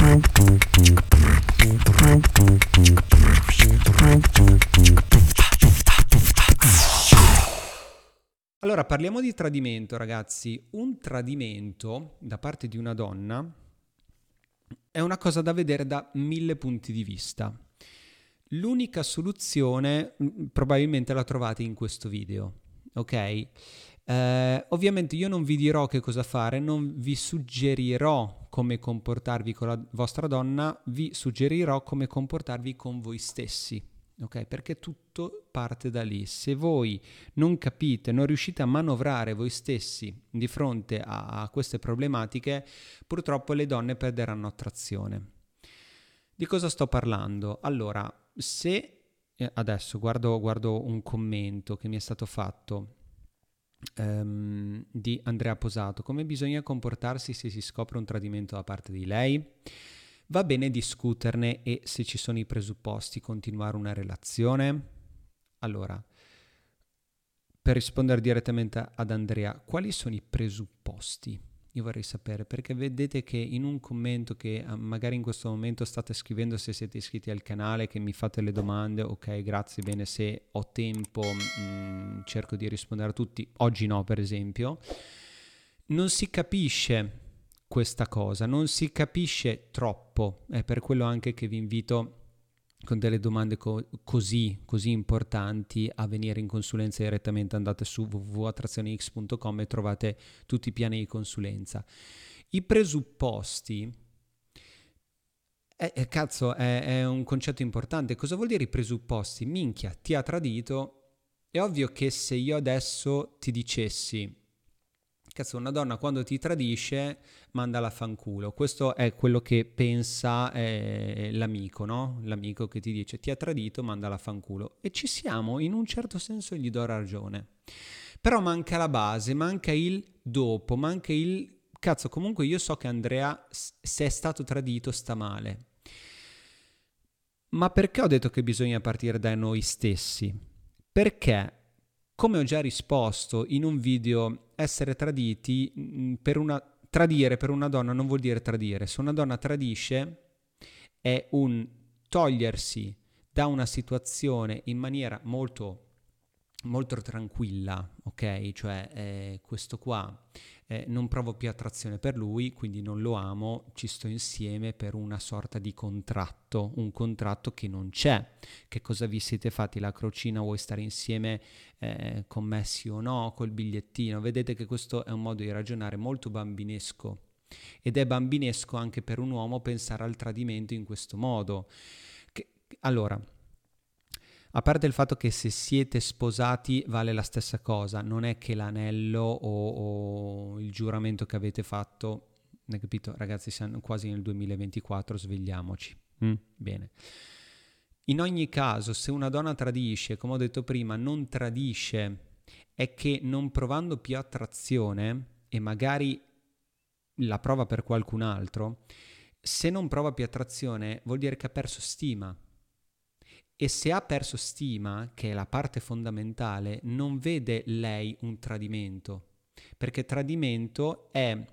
Allora, parliamo di tradimento, ragazzi. Un tradimento da parte di una donna è una cosa da vedere da 1000 punti di vista. L'unica soluzione probabilmente la trovate in questo video, ok? Ovviamente io non vi dirò che cosa fare, non vi suggerirò come comportarvi con la vostra donna, vi suggerirò come comportarvi con voi stessi, ok? Perché tutto parte da lì. Se voi non capite, non riuscite a manovrare voi stessi di fronte a queste problematiche, purtroppo le donne perderanno attrazione. Di cosa sto parlando? Allora, se adesso guardo un commento che mi è stato fatto di Andrea Posato: come bisogna comportarsi se si scopre un tradimento da parte di lei? Va bene discuterne e, se ci sono i presupposti, continuare una relazione? Allora, per rispondere direttamente ad Andrea, quali sono i presupposti? Io vorrei sapere, perché vedete che in un commento che magari in questo momento state scrivendo, se siete iscritti al canale, che mi fate le domande, ok, grazie, bene, se ho tempo cerco di rispondere a tutti, oggi no per esempio. Non si capisce questa cosa, non si capisce troppo, è per quello anche che vi invito con delle domande così importanti a venire in consulenza direttamente. Andate su www.attrazionix.com e trovate tutti i piani di consulenza. I presupposti è un concetto importante. Cosa vuol dire i presupposti? Minchia, ti ha tradito. È ovvio che se io adesso ti dicessi: cazzo, una donna quando ti tradisce mandala a fanculo. Questo è quello che pensa l'amico, no? L'amico che ti dice: ti ha tradito, mandala a fanculo. E ci siamo, in un certo senso gli do ragione. Però manca la base, manca il dopo, manca il... Cazzo, comunque io so che Andrea, se è stato tradito, sta male. Ma perché ho detto che bisogna partire da noi stessi? Perché, come ho già risposto in un video, essere traditi tradire per una donna non vuol dire tradire. Se una donna tradisce è un togliersi da una situazione in maniera molto tranquilla, ok? Cioè questo qua non provo più attrazione per lui, quindi non lo amo, ci sto insieme per una sorta di contratto, un contratto che non c'è. Che cosa vi siete fatti? La crocina, vuoi stare insieme con me sì o no, col bigliettino? Vedete che questo è un modo di ragionare molto bambinesco, ed è bambinesco anche per un uomo pensare al tradimento in questo modo. Allora, a parte il fatto che se siete sposati vale la stessa cosa, non è che l'anello o il giuramento che avete fatto, hai capito? Ragazzi, siamo quasi nel 2024, svegliamoci. Bene. In ogni caso, se una donna tradisce, come ho detto prima, non tradisce, è che non provando più attrazione, e magari la prova per qualcun altro, se non prova più attrazione vuol dire che ha perso stima. E se ha perso stima, che è la parte fondamentale, non vede lei un tradimento, perché tradimento è,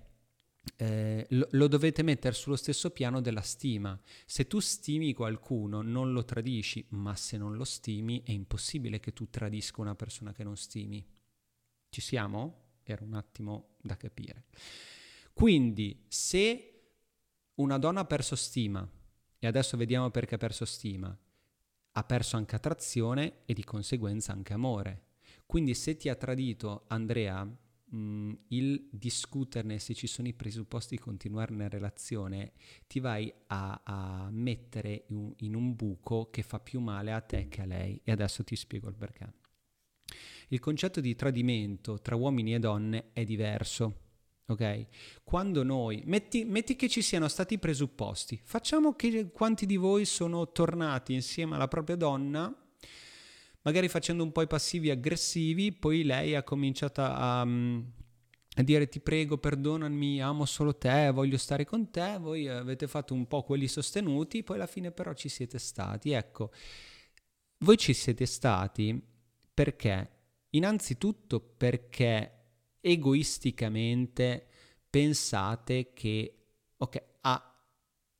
lo dovete mettere sullo stesso piano della stima. Se tu stimi qualcuno, non lo tradisci, ma se non lo stimi è impossibile che tu tradisca una persona che non stimi. Ci siamo? Era un attimo da capire. Quindi, se una donna ha perso stima, e adesso vediamo perché ha perso stima, ha perso anche attrazione e di conseguenza anche amore. Quindi se ti ha tradito Andrea, il discuterne se ci sono i presupposti di continuare una relazione, ti vai a mettere in un buco che fa più male a te che a lei. E adesso ti spiego il perché. Il concetto di tradimento tra uomini e donne è diverso. Ok? Quando noi, metti che ci siano stati i presupposti, facciamo che quanti di voi sono tornati insieme alla propria donna, magari facendo un po' i passivi aggressivi, poi lei ha cominciato a dire: ti prego, perdonami, amo solo te, voglio stare con te. Voi avete fatto un po' quelli sostenuti, poi alla fine però ci siete stati. Ecco, voi ci siete stati perché? Innanzitutto perché egoisticamente pensate che, ok,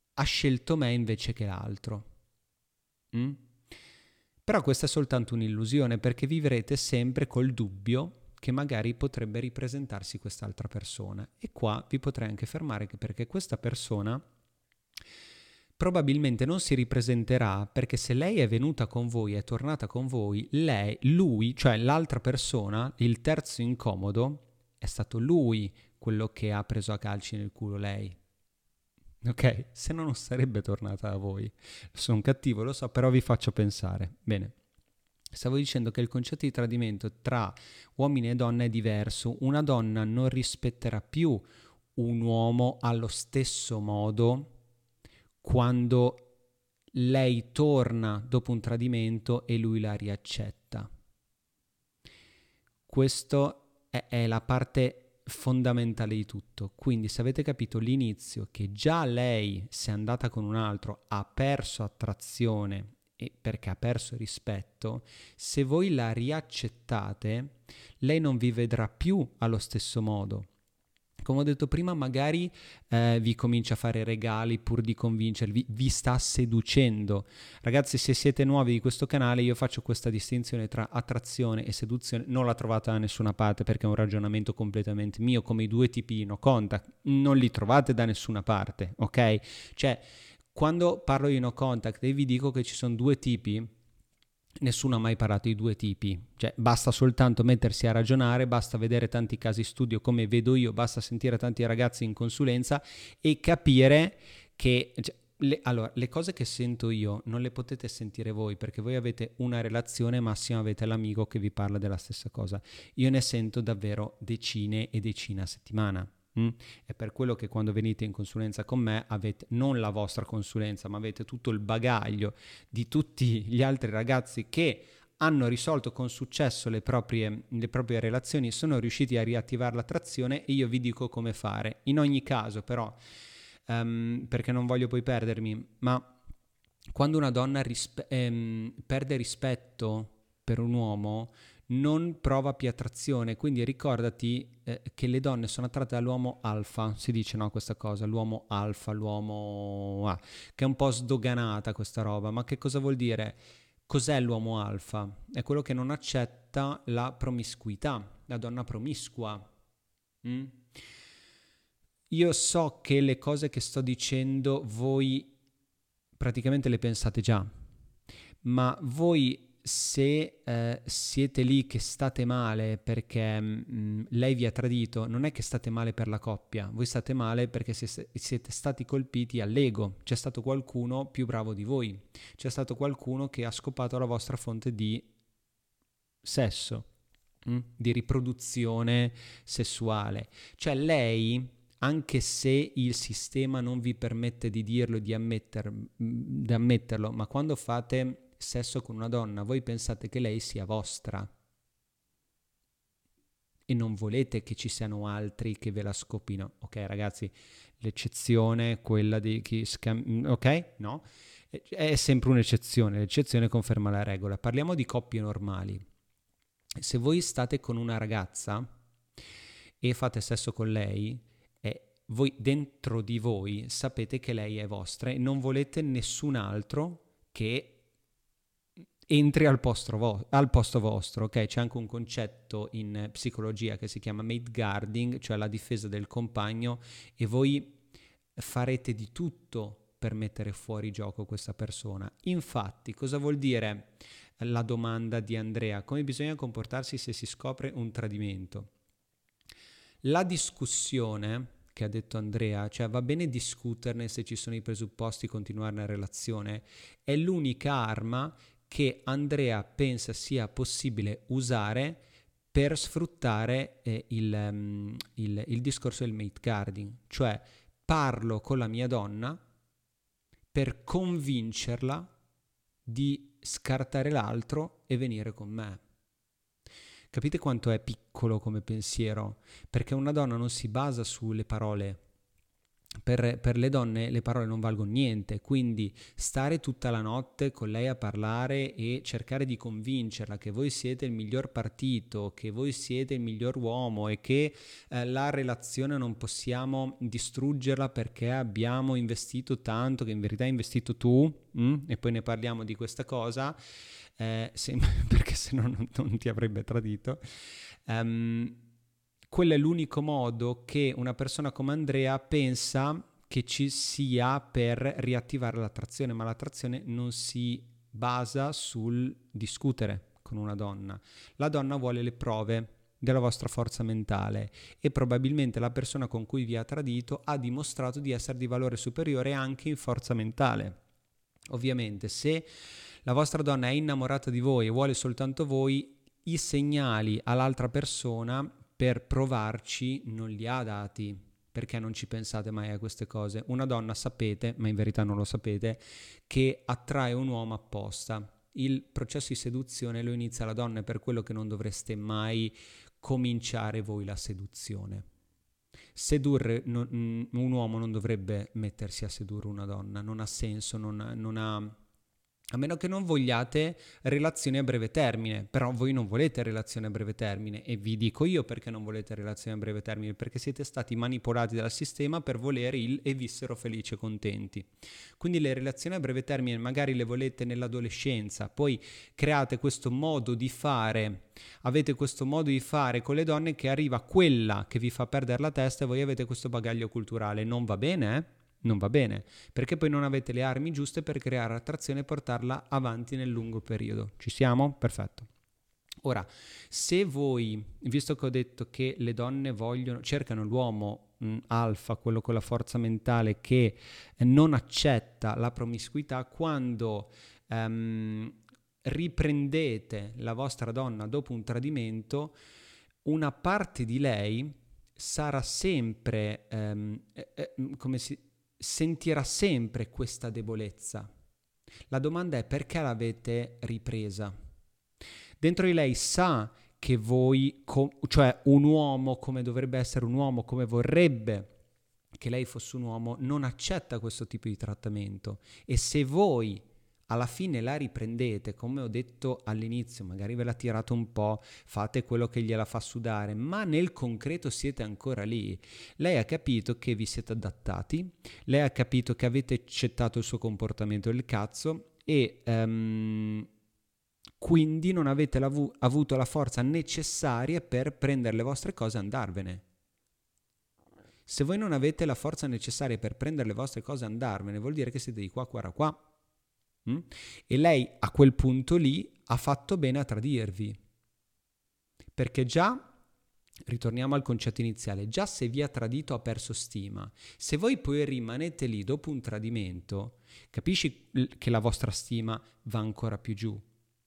ha scelto me invece che l'altro. Mm? Però questa è soltanto un'illusione, perché vivrete sempre col dubbio che magari potrebbe ripresentarsi quest'altra persona. E qua vi potrei anche fermare, perché questa persona probabilmente non si ripresenterà, perché se lei è venuta con voi, è tornata con voi, lui, cioè l'altra persona, il terzo incomodo, è stato lui quello che ha preso a calci nel culo lei. Ok? Se no non sarebbe tornata a voi. Sono cattivo, lo so, però vi faccio pensare. Bene. Stavo dicendo che il concetto di tradimento tra uomini e donne è diverso. Una donna non rispetterà più un uomo allo stesso modo quando lei torna dopo un tradimento e lui la riaccetta. Questo è la parte fondamentale di tutto. Quindi se avete capito l'inizio, che già lei, se è andata con un altro, ha perso attrazione e perché ha perso rispetto, se voi la riaccettate, lei non vi vedrà più allo stesso modo. Come ho detto prima, magari vi comincia a fare regali pur di convincervi, vi sta seducendo. Ragazzi, se siete nuovi di questo canale, io faccio questa distinzione tra attrazione e seduzione, non la trovate da nessuna parte perché è un ragionamento completamente mio, come i due tipi di no contact, non li trovate da nessuna parte, ok? Cioè, quando parlo di no contact e vi dico che ci sono due tipi, nessuno ha mai parlato di due tipi, cioè basta soltanto mettersi a ragionare, basta vedere tanti casi studio come vedo io, basta sentire tanti ragazzi in consulenza e capire che allora, le cose che sento io non le potete sentire voi perché voi avete una relazione, massimo avete l'amico che vi parla della stessa cosa. Io ne sento davvero decine e decine a settimana. È per quello che quando venite in consulenza con me avete non la vostra consulenza, ma avete tutto il bagaglio di tutti gli altri ragazzi che hanno risolto con successo le proprie relazioni, sono riusciti a riattivare l'attrazione e io vi dico come fare. In ogni caso, però, perché non voglio poi perdermi, ma quando una donna perde rispetto per un uomo, non prova più attrazione, quindi ricordati che le donne sono attratte dall'uomo alfa, si dice no questa cosa, l'uomo alfa, l'uomo che è un po' sdoganata questa roba, ma che cosa vuol dire? Cos'è l'uomo alfa? È quello che non accetta la promiscuità, la donna promiscua. Mm? Io so che le cose che sto dicendo voi praticamente le pensate già, ma voi se siete lì che state male perché lei vi ha tradito, non è che state male per la coppia, voi state male perché siete stati colpiti all'ego, c'è stato qualcuno più bravo di voi, c'è stato qualcuno che ha scopato la vostra fonte di sesso, di riproduzione sessuale. Cioè lei, anche se il sistema non vi permette di dirlo e di ammetterlo, ma quando fate sesso con una donna, voi pensate che lei sia vostra e non volete che ci siano altri che ve la scopino. Ok, ragazzi, l'eccezione è quella di chi ok? No? È sempre un'eccezione, l'eccezione conferma la regola. Parliamo di coppie normali. Se voi state con una ragazza e fate sesso con lei, voi dentro di voi sapete che lei è vostra e non volete nessun altro che entri al posto vostro, ok? C'è anche un concetto in psicologia che si chiama mate guarding, cioè la difesa del compagno, e voi farete di tutto per mettere fuori gioco questa persona. Infatti, cosa vuol dire la domanda di Andrea? Come bisogna comportarsi se si scopre un tradimento? La discussione che ha detto Andrea, cioè va bene discuterne se ci sono i presupposti, continuare una relazione, è l'unica arma che Andrea pensa sia possibile usare per sfruttare il discorso del mate guarding, cioè parlo con la mia donna per convincerla di scartare l'altro e venire con me. Capite quanto è piccolo come pensiero? Perché una donna non si basa sulle parole, per le donne le parole non valgono niente, quindi stare tutta la notte con lei a parlare e cercare di convincerla che voi siete il miglior partito, che voi siete il miglior uomo e che la relazione non possiamo distruggerla perché abbiamo investito tanto, che in verità hai investito tu, e poi ne parliamo di questa cosa, perché se no non ti avrebbe tradito. Quello è l'unico modo che una persona come Andrea pensa che ci sia per riattivare l'attrazione, ma l'attrazione non si basa sul discutere con una donna. La donna vuole le prove della vostra forza mentale e probabilmente la persona con cui vi ha tradito ha dimostrato di essere di valore superiore anche in forza mentale. Ovviamente, se la vostra donna è innamorata di voi e vuole soltanto voi, i segnali all'altra persona per provarci non li ha dati, perché non ci pensate mai a queste cose. Una donna, sapete, ma in verità non lo sapete, che attrae un uomo apposta. Il processo di seduzione lo inizia la donna, è per quello che non dovreste mai cominciare voi la seduzione. Sedurre un uomo non dovrebbe mettersi a sedurre una donna, non ha senso, non ha... A meno che non vogliate relazioni a breve termine, però voi non volete relazioni a breve termine e vi dico io perché non volete relazioni a breve termine, perché siete stati manipolati dal sistema per volere il e vissero felici e contenti. Quindi le relazioni a breve termine magari le volete nell'adolescenza, poi create questo modo di fare, avete questo modo di fare con le donne che arriva quella che vi fa perdere la testa e voi avete questo bagaglio culturale, non va bene, eh? Non va bene, perché poi non avete le armi giuste per creare attrazione e portarla avanti nel lungo periodo. Ci siamo? Perfetto. Ora, se voi, visto che ho detto che le donne cercano l'uomo alfa, quello con la forza mentale che non accetta la promiscuità, quando riprendete la vostra donna dopo un tradimento, una parte di lei sarà sempre, sentirà sempre questa debolezza. La domanda è: perché l'avete ripresa? Dentro di lei sa che voi, cioè un uomo come dovrebbe essere un uomo, come vorrebbe che lei fosse un uomo, non accetta questo tipo di trattamento. E se voi alla fine la riprendete, come ho detto all'inizio, magari ve la tirate un po', fate quello che gliela fa sudare, ma nel concreto siete ancora lì. Lei ha capito che vi siete adattati, lei ha capito che avete accettato il suo comportamento del cazzo e quindi non avete avuto la forza necessaria per prendere le vostre cose e andarvene. Se voi non avete la forza necessaria per prendere le vostre cose e andarvene, vuol dire che siete di qua, qua, qua. E lei a quel punto lì ha fatto bene a tradirvi. Perché già, ritorniamo al concetto iniziale, già se vi ha tradito ha perso stima. Se voi poi rimanete lì dopo un tradimento, capisci che la vostra stima va ancora più giù.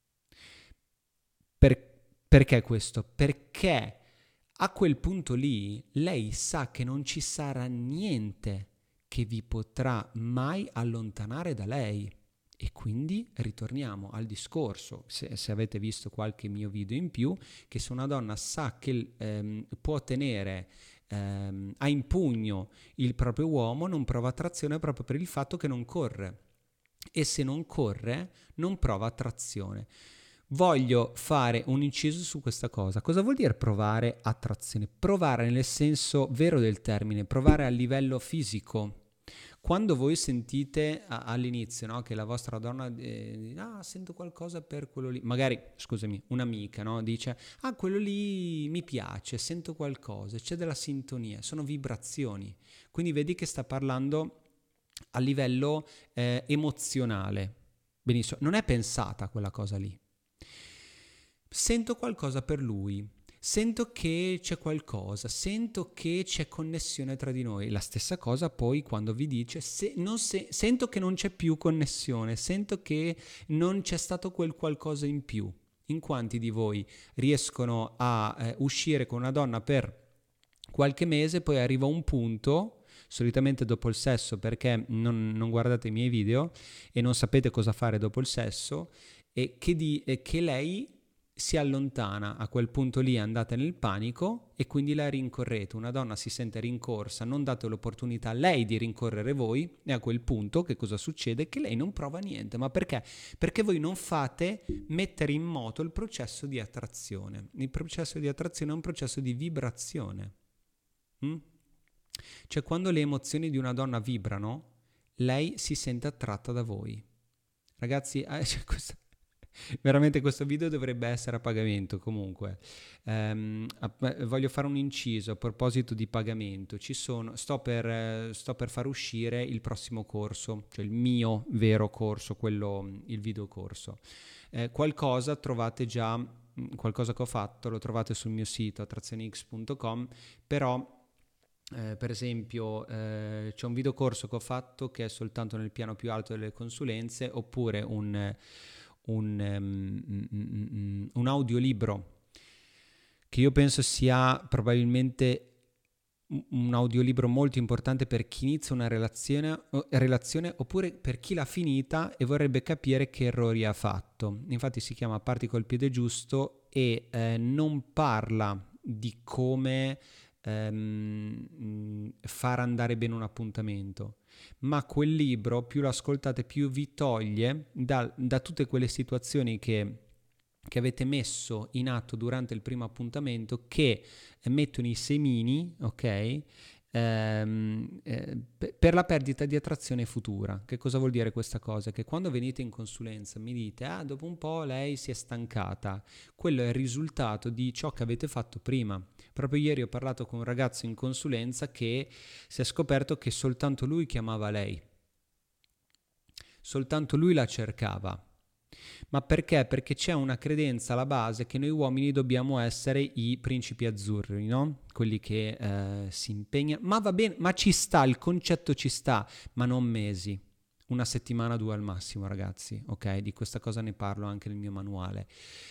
Perché questo? Perché a quel punto lì lei sa che non ci sarà niente che vi potrà mai allontanare da lei. E quindi ritorniamo al discorso, se avete visto qualche mio video in più, che se una donna sa che può tenere ha in pugno il proprio uomo, non prova attrazione proprio per il fatto che non corre. E se non corre, non prova attrazione. Voglio fare un inciso su questa cosa. Cosa vuol dire provare attrazione? Provare nel senso vero del termine, provare a livello fisico. Quando voi sentite all'inizio, no, che la vostra donna sento qualcosa per quello lì, magari, scusami, un'amica, no, dice quello lì mi piace, sento qualcosa, c'è della sintonia, sono vibrazioni. Quindi vedi che sta parlando a livello emozionale. Benissimo, non è pensata quella cosa lì. Sento qualcosa per lui, sento che c'è qualcosa, sento che c'è connessione tra di noi. La stessa cosa poi quando vi dice sento che non c'è più connessione, sento che non c'è stato quel qualcosa in più. In quanti di voi riescono a uscire con una donna per qualche mese, poi arriva un punto, solitamente dopo il sesso, perché non guardate i miei video e non sapete cosa fare dopo il sesso, e che lei si allontana, a quel punto lì andate nel panico e quindi la rincorrete. Una donna si sente rincorsa, non date l'opportunità a lei di rincorrere voi e a quel punto che cosa succede? Che lei non prova niente. Ma perché? Perché voi non fate mettere in moto il processo di attrazione. Il processo di attrazione è un processo di vibrazione. Cioè quando le emozioni di una donna vibrano, lei si sente attratta da voi. Ragazzi, veramente questo video dovrebbe essere a pagamento comunque. Voglio fare un inciso a proposito di pagamento. Sto per far uscire il prossimo corso, cioè il mio vero corso, il video corso. Qualcosa trovate già, qualcosa che ho fatto lo trovate sul mio sito attrazionix.com, però per esempio c'è un videocorso che ho fatto che è soltanto nel piano più alto delle consulenze, oppure un audiolibro che io penso sia probabilmente un audiolibro molto importante per chi inizia una relazione oppure per chi l'ha finita e vorrebbe capire che errori ha fatto. Infatti si chiama Parti col piede giusto e non parla di come far andare bene un appuntamento, ma quel libro più lo ascoltate più vi toglie da tutte quelle situazioni che avete messo in atto durante il primo appuntamento, che mettono i semini, ok? Per la perdita di attrazione futura. Che cosa vuol dire questa cosa? Che quando venite in consulenza mi dite dopo un po' lei si è stancata, quello è il risultato di ciò che avete fatto prima. Proprio ieri ho parlato con un ragazzo in consulenza che si è scoperto che soltanto lui chiamava lei, soltanto lui la cercava. Ma perché? Perché c'è una credenza alla base che noi uomini dobbiamo essere i principi azzurri, no? Quelli che si impegnano. Ma va bene, ma ci sta, il concetto ci sta, ma non mesi. Una settimana, 2 al massimo, ragazzi, ok? Di questa cosa ne parlo anche nel mio manuale.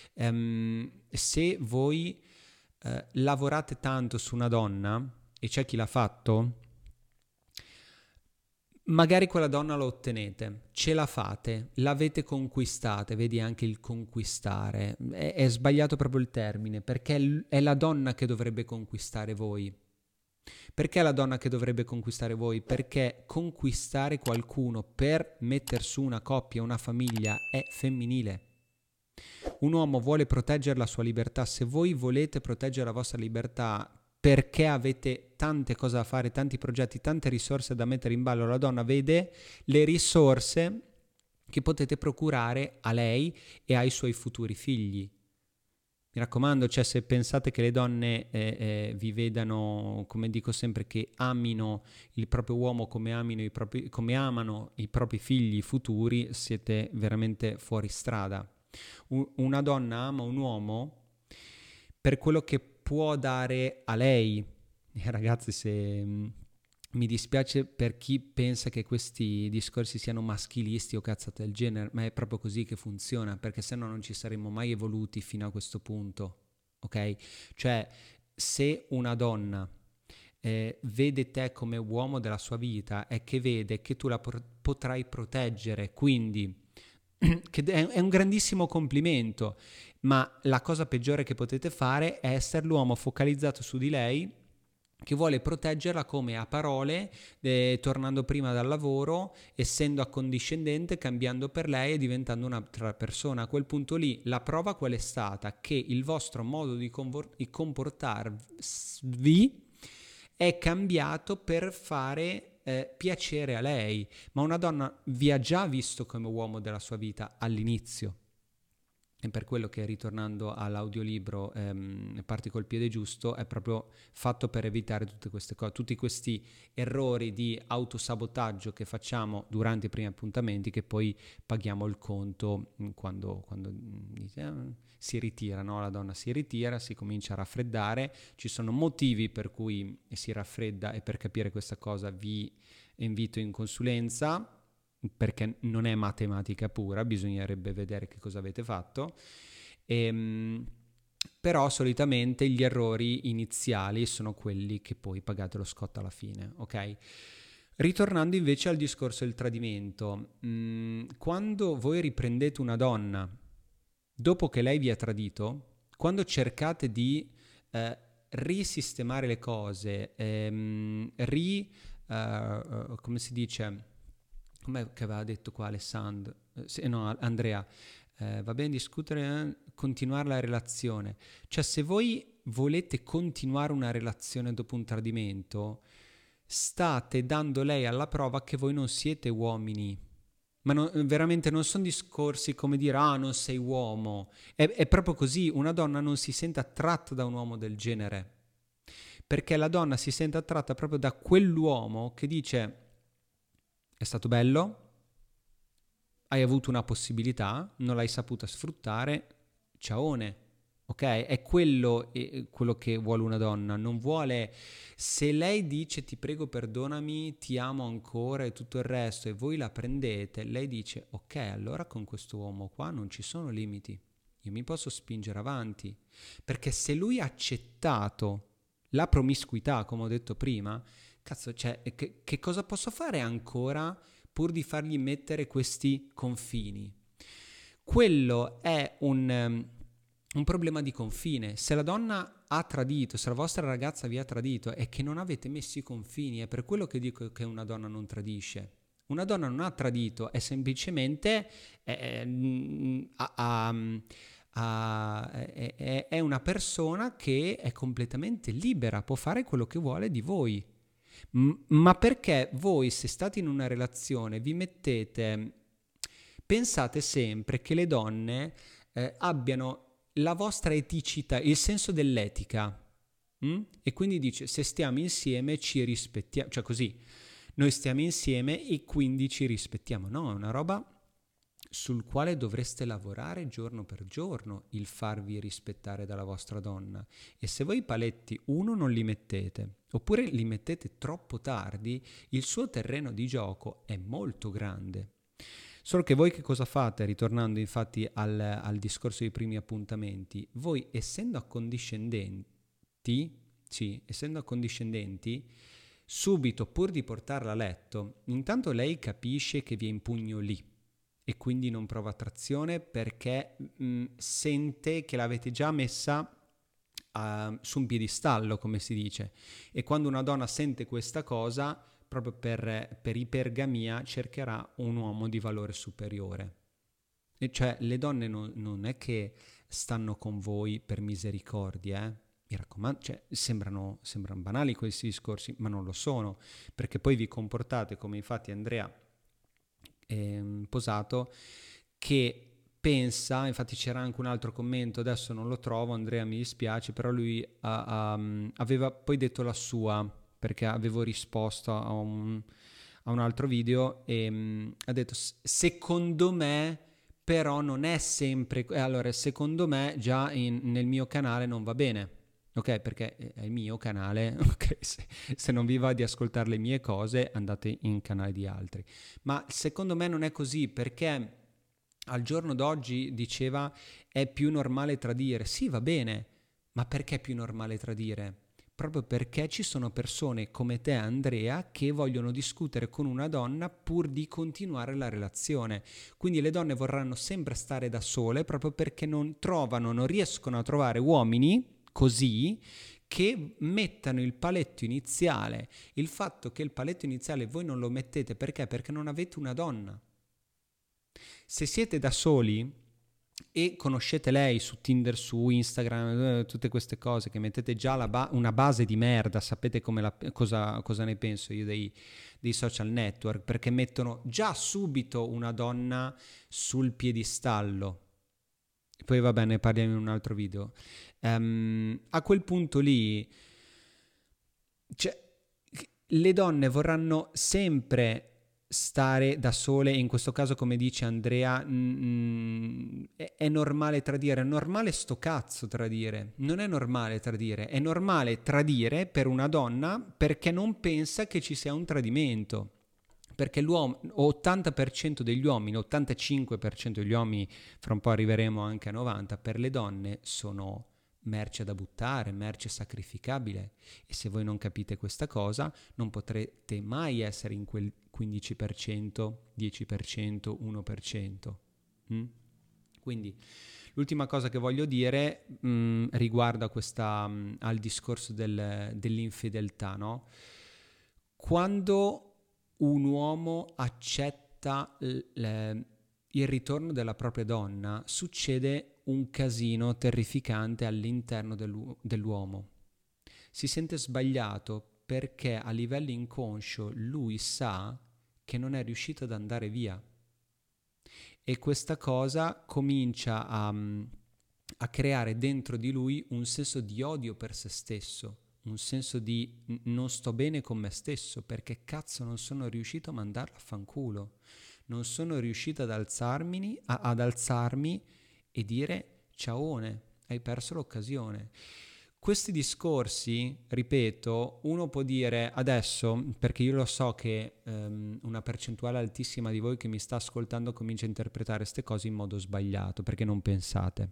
Se voi lavorate tanto su una donna, e c'è chi l'ha fatto, magari quella donna la ottenete, ce la fate, l'avete conquistata, vedi anche il conquistare, è sbagliato proprio il termine, perché è la donna che dovrebbe conquistare voi. Perché è la donna che dovrebbe conquistare voi? Perché conquistare qualcuno per mettere su una coppia, una famiglia, è femminile. Un uomo vuole proteggere la sua libertà. Se voi volete proteggere la vostra libertà perché avete tante cose da fare, tanti progetti, tante risorse da mettere in ballo, la donna vede le risorse che potete procurare a lei e ai suoi futuri figli. Mi raccomando, cioè, se pensate che le donne vi vedano, come dico sempre, che amino il proprio uomo come amano i propri figli futuri, siete veramente fuori strada. Una donna ama un uomo per quello che può dare a lei. Ragazzi, se mi dispiace per chi pensa che questi discorsi siano maschilisti o cazzate del genere, ma è proprio così che funziona, perché se no non ci saremmo mai evoluti fino a questo punto, ok? Cioè, se una donna vede te come uomo della sua vita, è che vede che tu la potrai proteggere, quindi che è un grandissimo complimento, ma la cosa peggiore che potete fare è essere l'uomo focalizzato su di lei, che vuole proteggerla come a parole, tornando prima dal lavoro, essendo accondiscendente, cambiando per lei e diventando un'altra persona. A quel punto lì la prova qual è stata? Che il vostro modo di comportarvi è cambiato per fare piacere a lei, ma una donna vi ha già visto come uomo della sua vita all'inizio. E per quello che, ritornando all'audiolibro Parti col piede giusto, è proprio fatto per evitare tutte queste cose, tutti questi errori di autosabotaggio che facciamo durante i primi appuntamenti, che poi paghiamo il conto quando si ritira, no? La donna si ritira, si comincia a raffreddare, ci sono motivi per cui si raffredda, e per capire questa cosa vi invito in consulenza, perché non è matematica pura, bisognerebbe vedere che cosa avete fatto. Però solitamente gli errori iniziali sono quelli che poi pagate lo scotto alla fine, ok? Ritornando invece al discorso del tradimento, quando voi riprendete una donna dopo che lei vi ha tradito, quando cercate di risistemare le cose, come si dice, come che aveva detto qua Alessandro, no, Andrea, va bene discutere, continuare la relazione. Cioè, se voi volete continuare una relazione dopo un tradimento, state dando lei alla prova che voi non siete uomini. Ma veramente non sono discorsi come dire, ah, non sei uomo. È proprio così, una donna non si sente attratta da un uomo del genere. Perché la donna si sente attratta proprio da quell'uomo che dice, è stato bello, hai avuto una possibilità, non l'hai saputa sfruttare, ciaone. Ok? È quello che vuole una donna. Non vuole, se lei dice ti prego perdonami, ti amo ancora e tutto il resto e voi la prendete, lei dice ok, allora con questo uomo qua non ci sono limiti. Io mi posso spingere avanti. Perché se lui ha accettato la promiscuità, come ho detto prima, cazzo, cioè, che cosa posso fare ancora pur di fargli mettere questi confini? Quello è un problema di confine. Se la donna ha tradito, se la vostra ragazza vi ha tradito, è che non avete messo i confini. È per quello che dico che una donna non tradisce. Una donna non ha tradito, è semplicemente è una persona che è completamente libera, può fare quello che vuole di voi. Ma perché voi, se state in una relazione, vi mettete, pensate sempre che le donne abbiano la vostra eticità, il senso dell'etica. E quindi dice, se stiamo insieme ci rispettiamo, cioè così, noi stiamo insieme e quindi ci rispettiamo. No, è una roba sul quale dovreste lavorare giorno per giorno, il farvi rispettare dalla vostra donna. E se voi i paletti, uno, non li mettete, oppure li mettete troppo tardi, il suo terreno di gioco è molto grande. Solo che voi che cosa fate? Ritornando infatti al discorso dei primi appuntamenti, voi essendo accondiscendenti, sì, essendo accondiscendenti, subito pur di portarla a letto, intanto lei capisce che vi è in pugno lì e quindi non prova attrazione perché sente che l'avete già messa su un piedistallo, come si dice. E quando una donna sente questa cosa, proprio per ipergamia, cercherà un uomo di valore superiore. E cioè le donne non è che stanno con voi per misericordia, mi raccomando, cioè, sembrano banali questi discorsi, ma non lo sono, perché poi vi comportate come infatti Andrea Posato, che pensa, infatti c'era anche un altro commento, adesso non lo trovo, Andrea mi dispiace, però lui aveva poi detto la sua, perché avevo risposto a un altro video e ha detto, secondo me però non è sempre, allora secondo me già nel mio canale non va bene. Ok, perché è il mio canale, ok? Se non vi va di ascoltare le mie cose, andate in canale di altri. Ma secondo me non è così, perché al giorno d'oggi diceva è più normale tradire. Sì, va bene, ma perché è più normale tradire? Proprio perché ci sono persone come te, Andrea, che vogliono discutere con una donna pur di continuare la relazione. Quindi le donne vorranno sempre stare da sole proprio perché non riescono a trovare uomini così che mettano il paletto iniziale. Il fatto che il paletto iniziale voi non lo mettete perché? Perché non avete una donna. Se siete da soli e conoscete lei su Tinder, su Instagram, tutte queste cose che mettete già una base di merda, sapete cosa ne penso io dei social network, perché mettono già subito una donna sul piedistallo. Poi va bene, parliamo in un altro video. A quel punto lì, cioè, le donne vorranno sempre stare da sole, in questo caso come dice Andrea, è normale tradire, è normale sto cazzo tradire, non è normale tradire, è normale tradire per una donna perché non pensa che ci sia un tradimento. Perché l'uomo, 80% degli uomini, 85% degli uomini, fra un po' arriveremo anche a 90%, per le donne sono merce da buttare, merce sacrificabile. E se voi non capite questa cosa, non potrete mai essere in quel 15%, 10%, 1%. Quindi l'ultima cosa che voglio dire riguarda al discorso dell'infedeltà, no? Quando un uomo accetta il ritorno della propria donna, succede un casino terrificante all'interno dell'uomo. Si sente sbagliato perché a livello inconscio lui sa che non è riuscito ad andare via. E questa cosa comincia a creare dentro di lui un senso di odio per se stesso, un senso di non sto bene con me stesso perché cazzo non sono riuscito a mandarla a fanculo, non sono riuscito ad alzarmi e dire ciaone, hai perso l'occasione. Questi discorsi, ripeto, uno può dire adesso, perché io lo so che una percentuale altissima di voi che mi sta ascoltando comincia a interpretare queste cose in modo sbagliato, perché non pensate.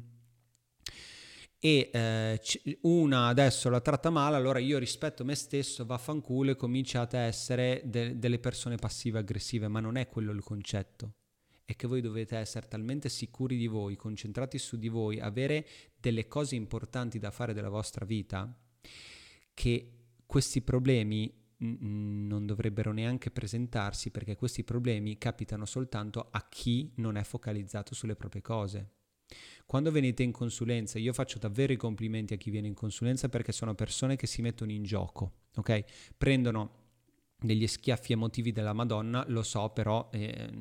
E una adesso la tratta male, allora io rispetto me stesso, vaffanculo, e cominciate a essere delle persone passive aggressive, ma non è quello il concetto. È che voi dovete essere talmente sicuri di voi, concentrati su di voi, avere delle cose importanti da fare della vostra vita, che questi problemi non dovrebbero neanche presentarsi, perché questi problemi capitano soltanto a chi non è focalizzato sulle proprie cose. Quando venite in consulenza, io faccio davvero i complimenti a chi viene in consulenza, perché sono persone che si mettono in gioco, ok? Prendono degli schiaffi emotivi della Madonna, lo so, però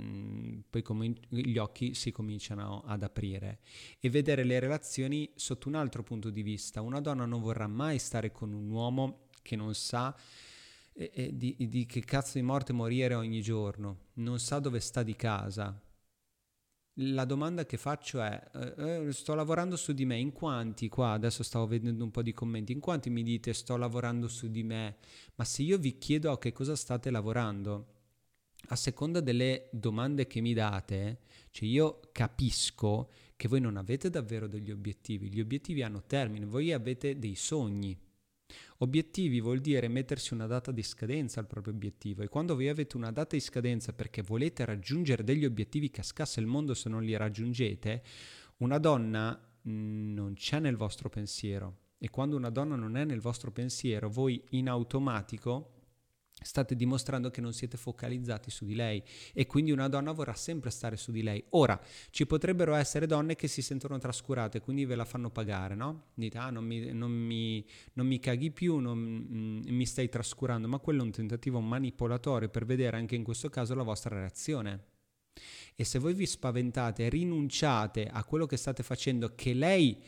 poi gli occhi si cominciano ad aprire e vedere le relazioni sotto un altro punto di vista. Una donna non vorrà mai stare con un uomo che non sa di che cazzo di morte morire ogni giorno, non sa dove sta di casa. La domanda che faccio è, sto lavorando su di me, in quanti qua, adesso stavo vedendo un po' di commenti, in quanti mi dite sto lavorando su di me, ma se io vi chiedo a che cosa state lavorando, a seconda delle domande che mi date, cioè io capisco che voi non avete davvero degli obiettivi, gli obiettivi hanno termine, voi avete dei sogni. Obiettivi vuol dire mettersi una data di scadenza al proprio obiettivo, e quando voi avete una data di scadenza perché volete raggiungere degli obiettivi, cascasse il mondo se non li raggiungete, una donna non c'è nel vostro pensiero, e quando una donna non è nel vostro pensiero, voi in automatico state dimostrando che non siete focalizzati su di lei, e quindi una donna vorrà sempre stare su di lei. Ora, ci potrebbero essere donne che si sentono trascurate, quindi ve la fanno pagare, no? Dite, non mi caghi più, mi stai trascurando, ma quello è un tentativo manipolatorio per vedere anche in questo caso la vostra reazione. E se voi vi spaventate e rinunciate a quello che state facendo, che lei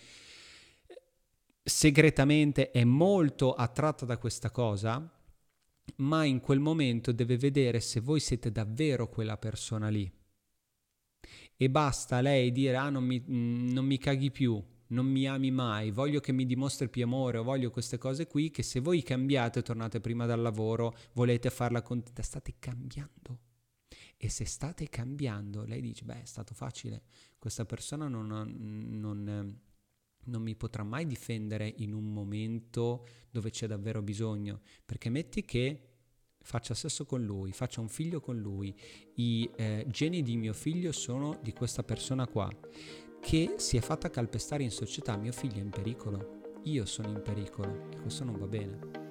segretamente è molto attratta da questa cosa, ma in quel momento deve vedere se voi siete davvero quella persona lì. E basta lei dire non mi caghi più, non mi ami mai, voglio che mi dimostri più amore, o voglio queste cose qui, che se voi cambiate, tornate prima dal lavoro, volete farla contenta, state cambiando. E se state cambiando, lei dice, è stato facile, questa persona non mi potrà mai difendere in un momento dove c'è davvero bisogno, perché metti che faccia sesso con lui, faccia un figlio con lui, i geni di mio figlio sono di questa persona qua, che si è fatta calpestare in società, mio figlio è in pericolo, io sono in pericolo, e questo non va bene.